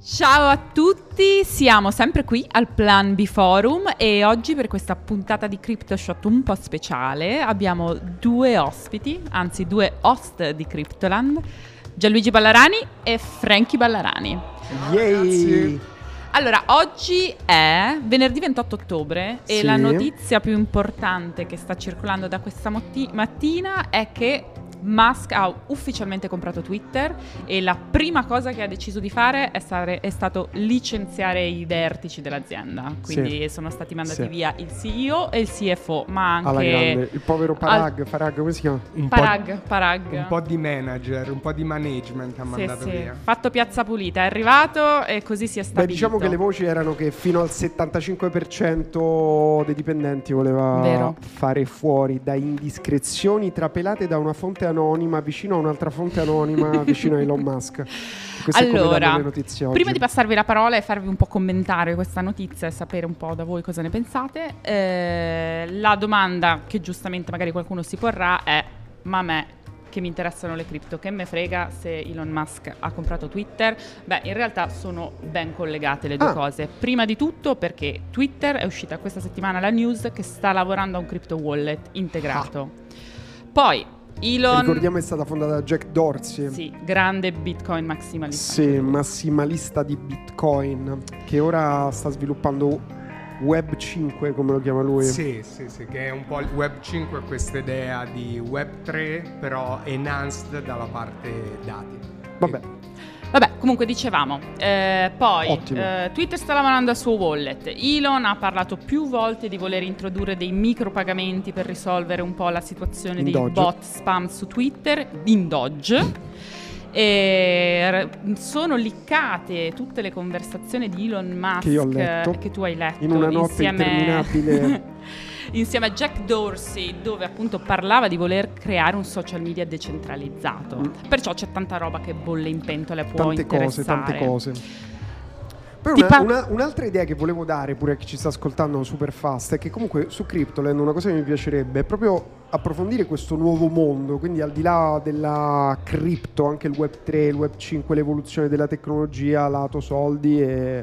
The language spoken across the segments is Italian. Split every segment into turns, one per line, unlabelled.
Ciao a tutti, siamo sempre qui al Plan B Forum e oggi per questa puntata di CryptoShot un po' speciale abbiamo due ospiti, anzi due host di Cryptoland, Gianluigi Ballarani e Frankie Ballarani.
Yay!
Allora, oggi è venerdì 28 ottobre e la notizia più importante che sta circolando da questa mattina è che Musk ha ufficialmente comprato Twitter e la prima cosa che ha deciso di fare è stato licenziare i vertici dell'azienda. Quindi sono stati mandati via il CEO e il CFO, ma anche
alla grande. Il povero Parag, come si chiama?
Parag.
Un po' di manager, un po' di management ha mandato via.
Fatto piazza pulita, è arrivato e così si è stabilito.
Beh, diciamo che le voci erano che fino al 75% dei dipendenti voleva fare fuori da indiscrezioni trapelate da una fonte anonima vicino a un'altra fonte anonima vicino a Elon Musk.
Allora, prima di passarvi la parola e farvi un po' commentare questa notizia e sapere un po' da voi cosa ne pensate, la domanda che giustamente magari qualcuno si porrà è: ma a me che mi interessano le cripto, che me frega se Elon Musk ha comprato Twitter? Beh, in realtà sono ben collegate le due cose. Prima di tutto perché Twitter è uscita questa settimana la news che sta lavorando a un crypto wallet integrato. Poi Elon,
ricordiamo, è stata fondata da Jack Dorsey.
Sì, grande Bitcoin massimalista.
Sì, massimalista di Bitcoin, che ora sta sviluppando Web 5, come lo chiama lui.
Sì, che è un po' il Web 5, questa idea di Web 3, però enhanced dalla parte dati.
Vabbè, comunque dicevamo, poi Twitter sta lavorando al suo wallet. Elon ha parlato più volte di voler introdurre dei micropagamenti per risolvere un po' la situazione dei bot spam su Twitter in Doge. E sono liccate tutte le conversazioni di Elon Musk
che io ho letto,
che tu hai letto
in una notte interminabile
insieme a Jack Dorsey, dove appunto parlava di voler creare un social media decentralizzato. Perciò c'è tanta roba che bolle in pentola e può interessare.
Tante cose. Poi un'altra idea che volevo dare pure a chi ci sta ascoltando super fast è che comunque su Cryptoland una cosa che mi piacerebbe è proprio approfondire questo nuovo mondo, quindi al di là della cripto anche il Web 3, il Web 5, l'evoluzione della tecnologia, lato soldi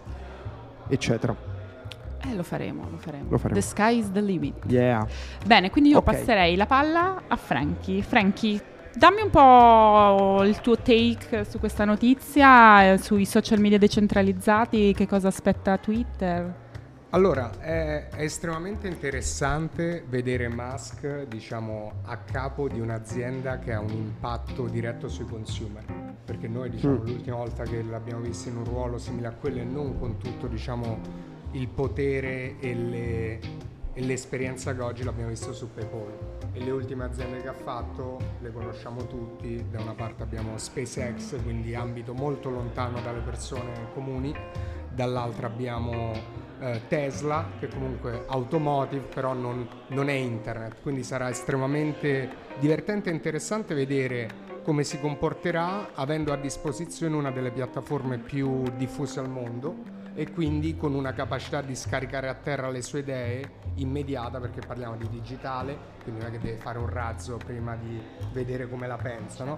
eccetera.
Lo faremo. The sky is the limit.
Yeah.
Bene, quindi io passerei la palla a Frankie. Frankie, dammi un po' il tuo take su questa notizia, sui social media decentralizzati, che cosa aspetta Twitter?
Allora, è estremamente interessante vedere Musk, diciamo, a capo di un'azienda che ha un impatto diretto sui consumer, perché noi, diciamo, l'ultima volta che l'abbiamo visto in un ruolo simile a quello e non con tutto, diciamo, il potere e l'esperienza che oggi l'abbiamo visto su PayPal. E le ultime aziende che ha fatto le conosciamo tutti. Da una parte abbiamo SpaceX, quindi ambito molto lontano dalle persone comuni, dall'altra abbiamo Tesla, che comunque automotive, però non è internet, quindi sarà estremamente divertente e interessante vedere come si comporterà avendo a disposizione una delle piattaforme più diffuse al mondo e quindi con una capacità di scaricare a terra le sue idee immediata, perché parliamo di digitale, quindi non è che deve fare un razzo prima di vedere come la pensano,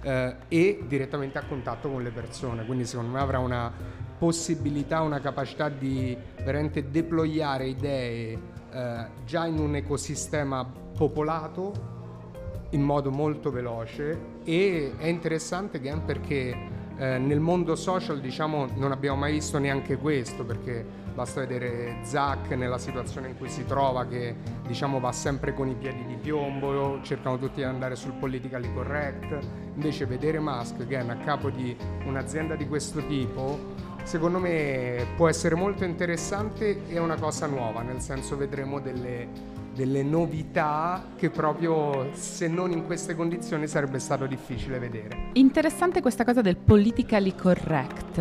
e direttamente a contatto con le persone, quindi secondo me avrà una possibilità, una capacità di veramente deployare idee già in un ecosistema popolato in modo molto veloce. E è interessante perché nel mondo social, diciamo, non abbiamo mai visto neanche questo, perché basta vedere Zuck nella situazione in cui si trova, che diciamo va sempre con i piedi di piombo, cercano tutti di andare sul politically correct. Invece vedere Musk che è a capo di un'azienda di questo tipo, secondo me può essere molto interessante e è una cosa nuova, nel senso vedremo delle novità che proprio se non in queste condizioni sarebbe stato difficile vedere.
Interessante questa cosa del politically correct.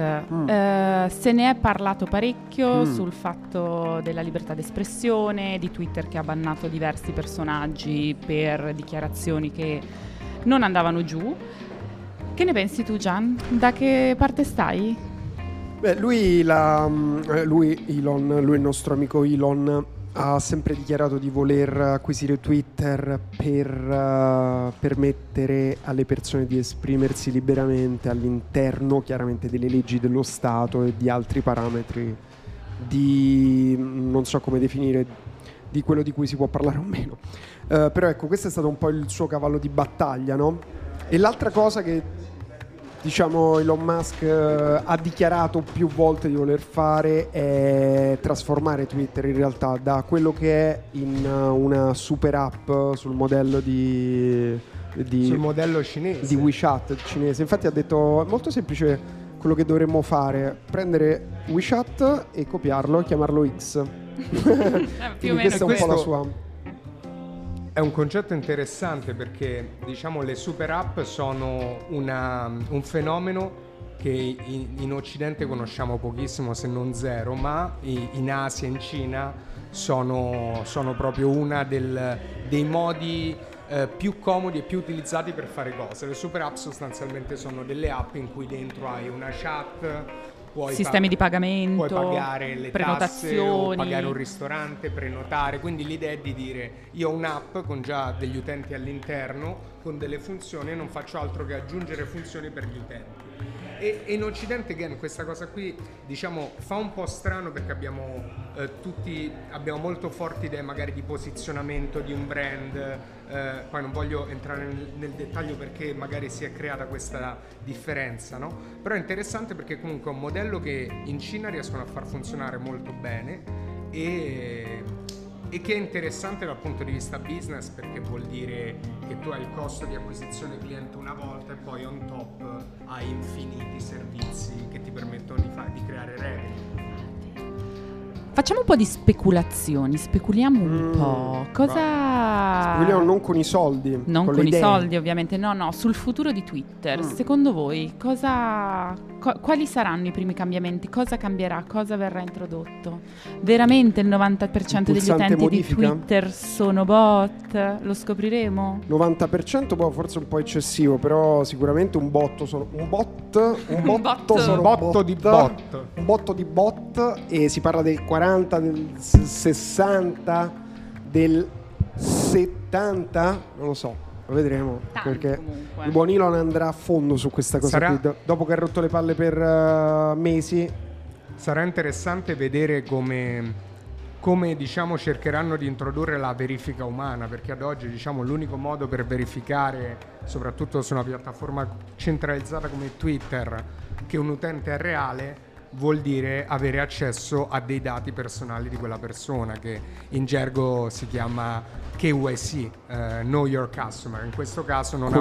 Se ne è parlato parecchio sul fatto della libertà d'espressione, di Twitter che ha bannato diversi personaggi per dichiarazioni che non andavano giù. Che ne pensi tu, Gian? Da che parte stai?
Beh, lui il nostro amico Elon ha sempre dichiarato di voler acquisire Twitter per permettere alle persone di esprimersi liberamente all'interno chiaramente delle leggi dello Stato e di altri parametri di, non so come definire, di quello di cui si può parlare o meno. Però ecco, questo è stato un po' il suo cavallo di battaglia, no? E l'altra cosa che diciamo Elon Musk ha dichiarato più volte di voler fare è trasformare Twitter in realtà da quello che è in una super app sul modello
sul modello cinese
di WeChat cinese. Infatti ha detto: è molto semplice quello che dovremmo fare, prendere WeChat e copiarlo e chiamarlo X.
Più o meno
questa è un po' la sua.
È un concetto interessante perché diciamo le super app sono un fenomeno che in Occidente conosciamo pochissimo, se non zero, ma in Asia, in Cina sono proprio una dei modi più comodi e più utilizzati per fare cose. Le super app sostanzialmente sono delle app in cui dentro hai una chat,
sistemi di pagamento,
puoi pagare le
prenotazioni,
tasse o pagare un ristorante, prenotare. Quindi l'idea è di dire: io ho un'app con già degli utenti all'interno, con delle funzioni, e non faccio altro che aggiungere funzioni per gli utenti. E in Occidente, again, questa cosa qui diciamo fa un po' strano perché abbiamo molto forti idee magari di posizionamento di un brand. Poi non voglio entrare nel dettaglio perché magari si è creata questa differenza, no? Però è interessante perché comunque è un modello che in Cina riescono a far funzionare molto bene e che è interessante dal punto di vista business, perché vuol dire che tu hai il costo di acquisizione cliente una volta e poi on top hai infiniti servizi che ti permettono di creare revenue.
Facciamo un po' di speculazioni, speculiamo un po'.
Speculiamo non con i soldi.
Non con i soldi, ovviamente, no, sul futuro di Twitter. Secondo voi quali saranno i primi cambiamenti? Cosa cambierà? Cosa verrà introdotto? Veramente il 90% degli utenti
modifica?
di Twitter sono bot? Lo scopriremo?
90% poi forse un po' eccessivo, però sicuramente un botto di bot, e si parla del 40, del 60, del 70, non lo so, lo vedremo.
Tanto,
perché
comunque.
il buon Elon andrà a fondo su questa cosa qui, dopo che ha rotto le palle per mesi.
Sarà interessante vedere come diciamo cercheranno di introdurre la verifica umana, perché ad oggi diciamo l'unico modo per verificare, soprattutto su una piattaforma centralizzata come Twitter, che un utente è reale, vuol dire avere accesso a dei dati personali di quella persona, che in gergo si chiama KYC, Know Your Customer. In questo caso non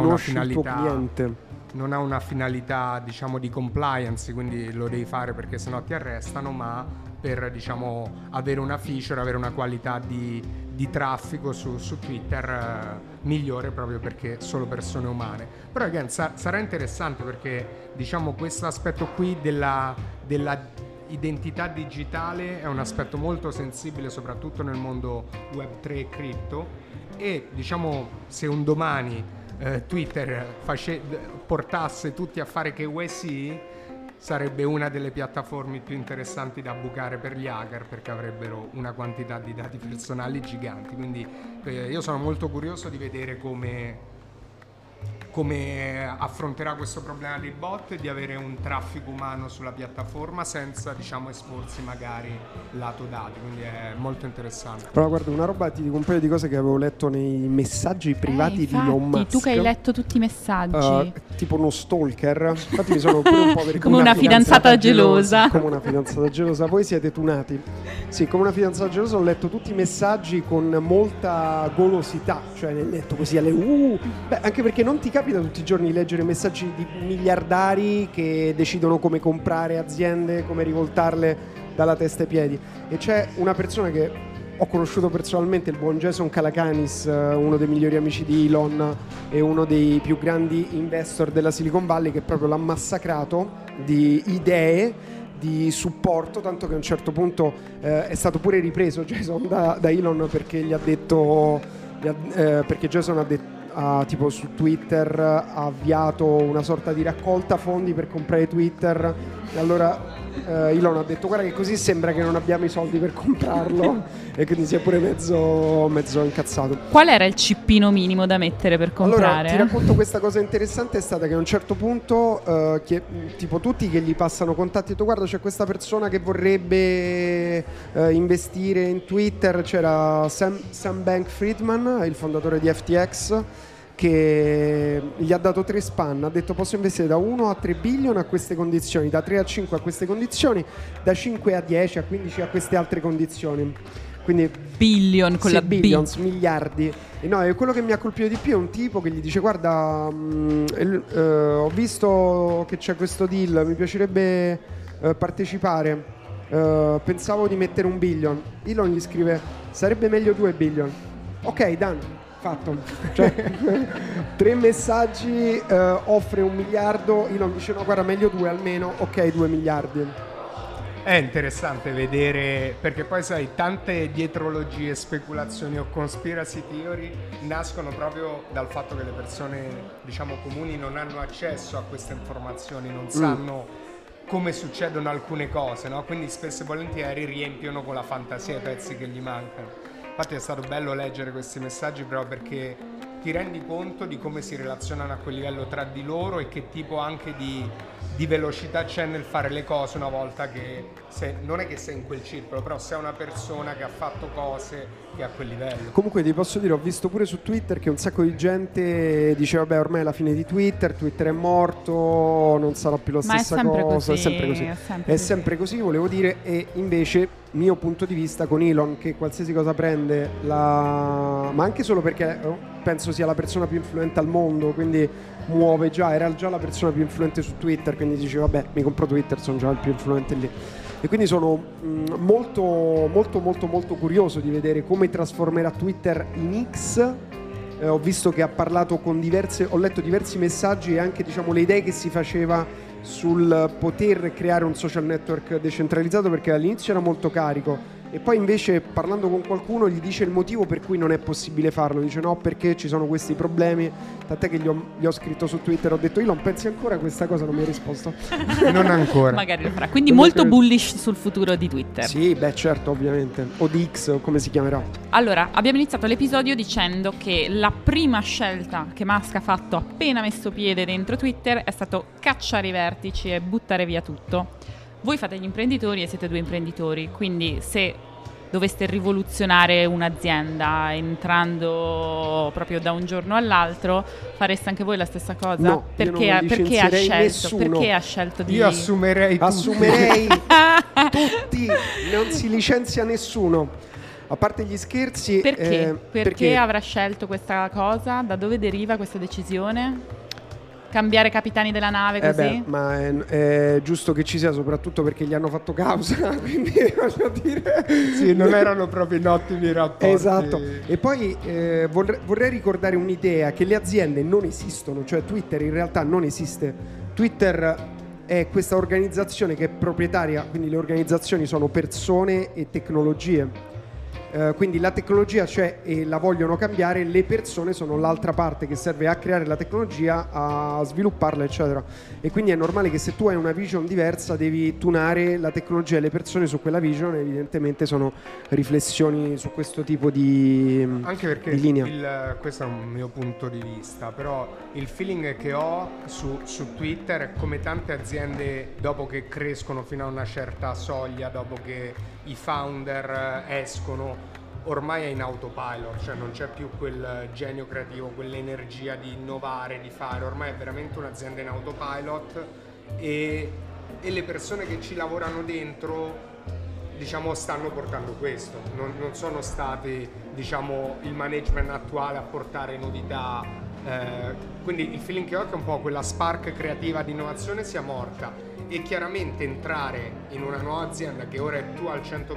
ha una finalità diciamo di compliance, quindi lo devi fare perché sennò ti arrestano, ma per diciamo avere una feature, avere una qualità di traffico su Twitter migliore, proprio perché solo persone umane. Però again, sarà interessante perché diciamo questo aspetto qui della identità digitale è un aspetto molto sensibile, soprattutto nel mondo Web3 e cripto, e diciamo se un domani Twitter portasse tutti a fare KYC, sarebbe una delle piattaforme più interessanti da bucare per gli hacker, perché avrebbero una quantità di dati personali giganti. Quindi io sono molto curioso di vedere come affronterà questo problema dei bot e di avere un traffico umano sulla piattaforma senza diciamo esporsi magari lato dati, quindi è molto interessante.
Però guarda, una roba, ti dico un paio di cose che avevo letto nei messaggi privati di Elon Musk.
Tu che hai letto tutti i messaggi,
tipo uno stalker, infatti mi sono pure un po' vergognato.
Come una fidanzata gelosa.
Come una fidanzata gelosa, voi siete tunati. Sì, come una fidanzata gelosa ho letto tutti i messaggi con molta golosità, cioè nel letto così alle anche perché non ti capita tutti i giorni leggere messaggi di miliardari che decidono come comprare aziende, come rivoltarle dalla testa ai piedi. E c'è una persona che ho conosciuto personalmente, il buon Jason Calacanis, uno dei migliori amici di Elon e uno dei più grandi investor della Silicon Valley, che proprio l'ha massacrato di idee, di supporto, tanto che a un certo punto è stato pure ripreso Jason da Elon, perché gli ha detto perché Jason ha detto tipo su Twitter ha avviato una sorta di raccolta fondi per comprare Twitter, e allora Elon ha detto guarda che così sembra che non abbiamo i soldi per comprarlo e quindi si è pure mezzo incazzato.
Qual era il cippino minimo da mettere per comprare?
Allora ti racconto questa cosa interessante, è stata che a un certo punto tipo tutti che gli passano contatti, tu guarda c'è questa persona che vorrebbe investire in Twitter, c'era Sam Bankman-Fried, il fondatore di FTX, che gli ha dato 3 span, ha detto posso investire da 1 a 3 billion a queste condizioni, da 3 a 5 a queste condizioni, da 5 a 10 a 15 a queste altre condizioni. Quindi
billion con la
billions, miliardi. E no, e quello che mi ha colpito di più è un tipo che gli dice guarda ho visto che c'è questo deal, mi piacerebbe partecipare, pensavo di mettere 1 billion. Elon gli scrive sarebbe meglio 2 billion. Ok, done, fatto. Cioè 3 messaggi, offre 1 miliardo, Elon dice no guarda meglio 2 almeno, ok 2 miliardi.
È interessante vedere, perché poi sai, tante dietrologie, speculazioni o conspiracy theory nascono proprio dal fatto che le persone, diciamo, comuni non hanno accesso a queste informazioni, non sanno come succedono alcune cose, no? Quindi spesso e volentieri riempiono con la fantasia i pezzi che gli mancano. Infatti è stato bello leggere questi messaggi proprio perché ti rendi conto di come si relazionano a quel livello tra di loro e che tipo anche di velocità c'è nel fare le cose una volta che non è che sei in quel circolo, però sei una persona che ha fatto cose che a quel livello.
Comunque ti posso dire, ho visto pure su Twitter che un sacco di gente dice vabbè ormai è la fine di Twitter è morto, non sarà più la stessa cosa, è sempre così, volevo dire. E invece mio punto di vista con Elon, che qualsiasi cosa prende ma anche solo perché penso sia la persona più influente al mondo, quindi era già la persona più influente su Twitter, quindi dice vabbè mi compro Twitter, sono già il più influente lì. E quindi sono molto curioso di vedere come trasformerà Twitter in X. Ho visto che ha parlato con ho letto diversi messaggi e anche diciamo le idee che si faceva sul poter creare un social network decentralizzato, perché all'inizio era molto carico e poi invece parlando con qualcuno gli dice il motivo per cui non è possibile farlo, dice no perché ci sono questi problemi, tant'è che gli ho scritto su Twitter, ho detto io non pensi ancora a questa cosa, non mi ha risposto.
Non ancora.
Magari lo farà, quindi molto bullish sul futuro di Twitter.
Sì, beh certo, ovviamente, o di X o come si chiamerà.
Allora, abbiamo iniziato l'episodio dicendo che la prima scelta che Musk ha fatto appena messo piede dentro Twitter è stato cacciare i vertici e buttare via tutto. Voi fate gli imprenditori e siete 2 imprenditori, quindi se doveste rivoluzionare un'azienda entrando proprio da un giorno all'altro, fareste anche voi la stessa cosa?
No, perché ha
scelto di...
Io assumerei
tutti, non si licenzia nessuno. A parte gli scherzi...
Perché avrà scelto questa cosa? Da dove deriva questa decisione? Cambiare capitani della nave così?
Ma è giusto che ci sia, soprattutto perché gli hanno fatto causa, quindi voglio dire...
Sì, non erano proprio in ottimi rapporti.
Esatto. E poi vorrei ricordare un'idea, che le aziende non esistono, cioè Twitter in realtà non esiste. Twitter è questa organizzazione che è proprietaria, quindi le organizzazioni sono persone e tecnologie. Quindi la tecnologia c'è e la vogliono cambiare, le persone sono l'altra parte che serve a creare la tecnologia, a svilupparla eccetera, e quindi è normale che se tu hai una vision diversa devi tunare la tecnologia e le persone su quella vision. Evidentemente sono riflessioni su questo tipo di
anche perché
di linea.
Questo è un mio punto di vista, però il feeling che ho su Twitter è come tante aziende dopo che crescono fino a una certa soglia, dopo che i founder escono, ormai è in autopilot, cioè non c'è più quel genio creativo, quell'energia di innovare, di fare, ormai è veramente un'azienda in autopilot e le persone che ci lavorano dentro, diciamo, stanno portando questo, non sono stati, diciamo, il management attuale a portare novità, quindi il feeling che ho è che un po' quella spark creativa di innovazione sia morta. E chiaramente entrare in una nuova azienda che ora è tua al 100%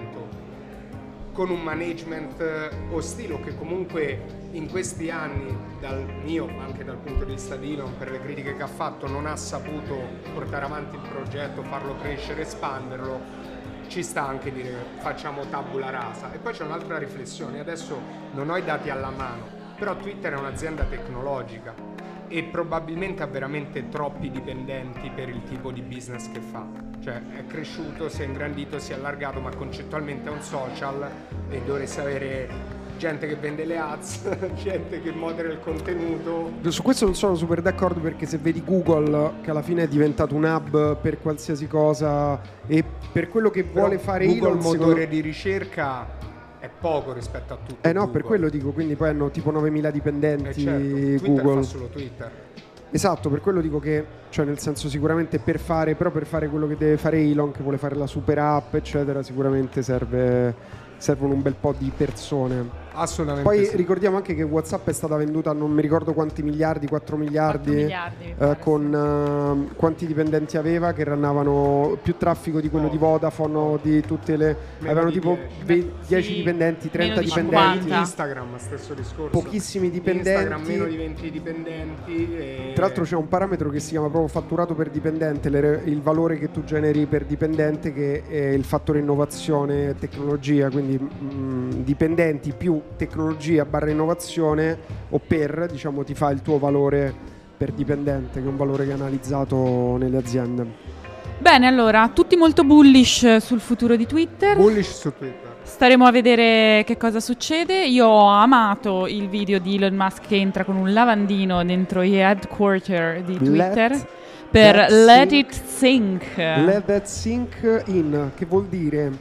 con un management ostile, o che comunque in questi anni, dal mio ma anche dal punto di vista di Elon, per le critiche che ha fatto, non ha saputo portare avanti il progetto, farlo crescere, espanderlo, ci sta anche dire facciamo tabula rasa. E poi c'è un'altra riflessione, adesso non ho i dati alla mano, però Twitter è un'azienda tecnologica e probabilmente ha veramente troppi dipendenti per il tipo di business che fa. cioè è cresciuto, si è ingrandito, si è allargato, ma concettualmente è un social e dovresti avere gente che vende le ads, gente che modera il contenuto.
Su questo non sono super d'accordo, perché se vedi Google, che alla fine è diventato un hub per qualsiasi cosa, e per quello che vuole fare
Google,
Elon,
motore di ricerca, è poco rispetto a tutto.
No, Google. Per quello dico, quindi poi hanno tipo 9.000 dipendenti.
Certo.
Google
Twitter fa solo Twitter.
Esatto, per quello dico che, cioè nel senso, sicuramente per fare quello che deve fare Elon, che vuole fare la super app eccetera, sicuramente servono un bel po' di persone.
Assolutamente.
Poi
sì.
ricordiamo anche che WhatsApp è stata venduta a non mi ricordo quanti miliardi, 4 miliardi, con quanti dipendenti aveva, che runnavano più traffico di quello di Vodafone, di tutte le... avevano tipo 10 dipendenti, 30 dipendenti.
Instagram stesso discorso.
Pochissimi dipendenti.
Instagram meno di 20 dipendenti.
Tra l'altro c'è un parametro che si chiama proprio fatturato per dipendente, il valore che tu generi per dipendente, che è il fattore innovazione e tecnologia, quindi dipendenti più tecnologia / innovazione, o diciamo ti fa il tuo valore per dipendente, che è un valore che è analizzato nelle aziende.
Bene, allora, tutti molto bullish sul futuro di Twitter.
Bullish su Twitter.
Staremo a vedere che cosa succede. Io ho amato il video di Elon Musk che entra con un lavandino dentro i headquarter di Twitter per Let It Sink.
Let that sink in, che vuol dire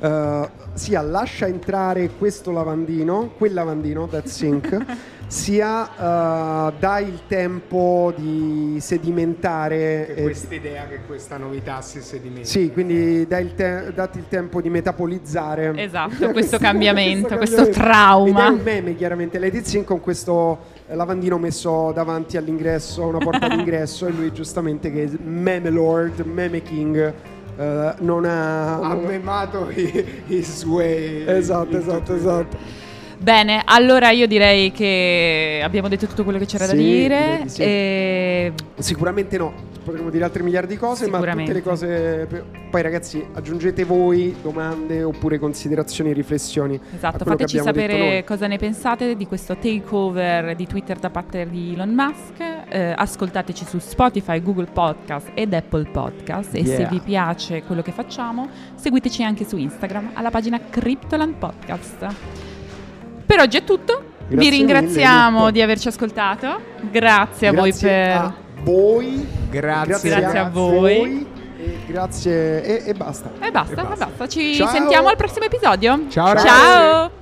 sia lascia entrare questo lavandino, quel lavandino, that sink, sia dai il tempo di sedimentare,
questa idea che questa novità si sedimenta.
Sì, quindi dati il tempo di metabolizzare.
Esatto, questo cambiamento, questo trauma.
Ed è un meme, chiaramente, Let It Sink, con questo lavandino messo davanti all'ingresso, una porta d'ingresso, e lui giustamente, che è meme lord, meme king, non ha
memato i suoi.
Esatto.
Bene, allora io direi che abbiamo detto tutto quello che c'era da dire.
Sì. Sicuramente no, potremmo dire altri miliardi di cose, ma tutte le cose. Poi ragazzi, aggiungete voi domande oppure considerazioni, riflessioni.
Esatto, fateci sapere cosa ne pensate di questo takeover di Twitter da parte di Elon Musk. Ascoltateci su Spotify, Google Podcast ed Apple Podcast, e se vi piace quello che facciamo, seguiteci anche su Instagram alla pagina Cryptoland Podcast. Per oggi è tutto. Vi ringraziamo di averci ascoltato. Grazie a voi
a voi. Grazie
a voi.
Grazie e basta.
Basta. Ci sentiamo al prossimo episodio.
Ciao.
Ciao.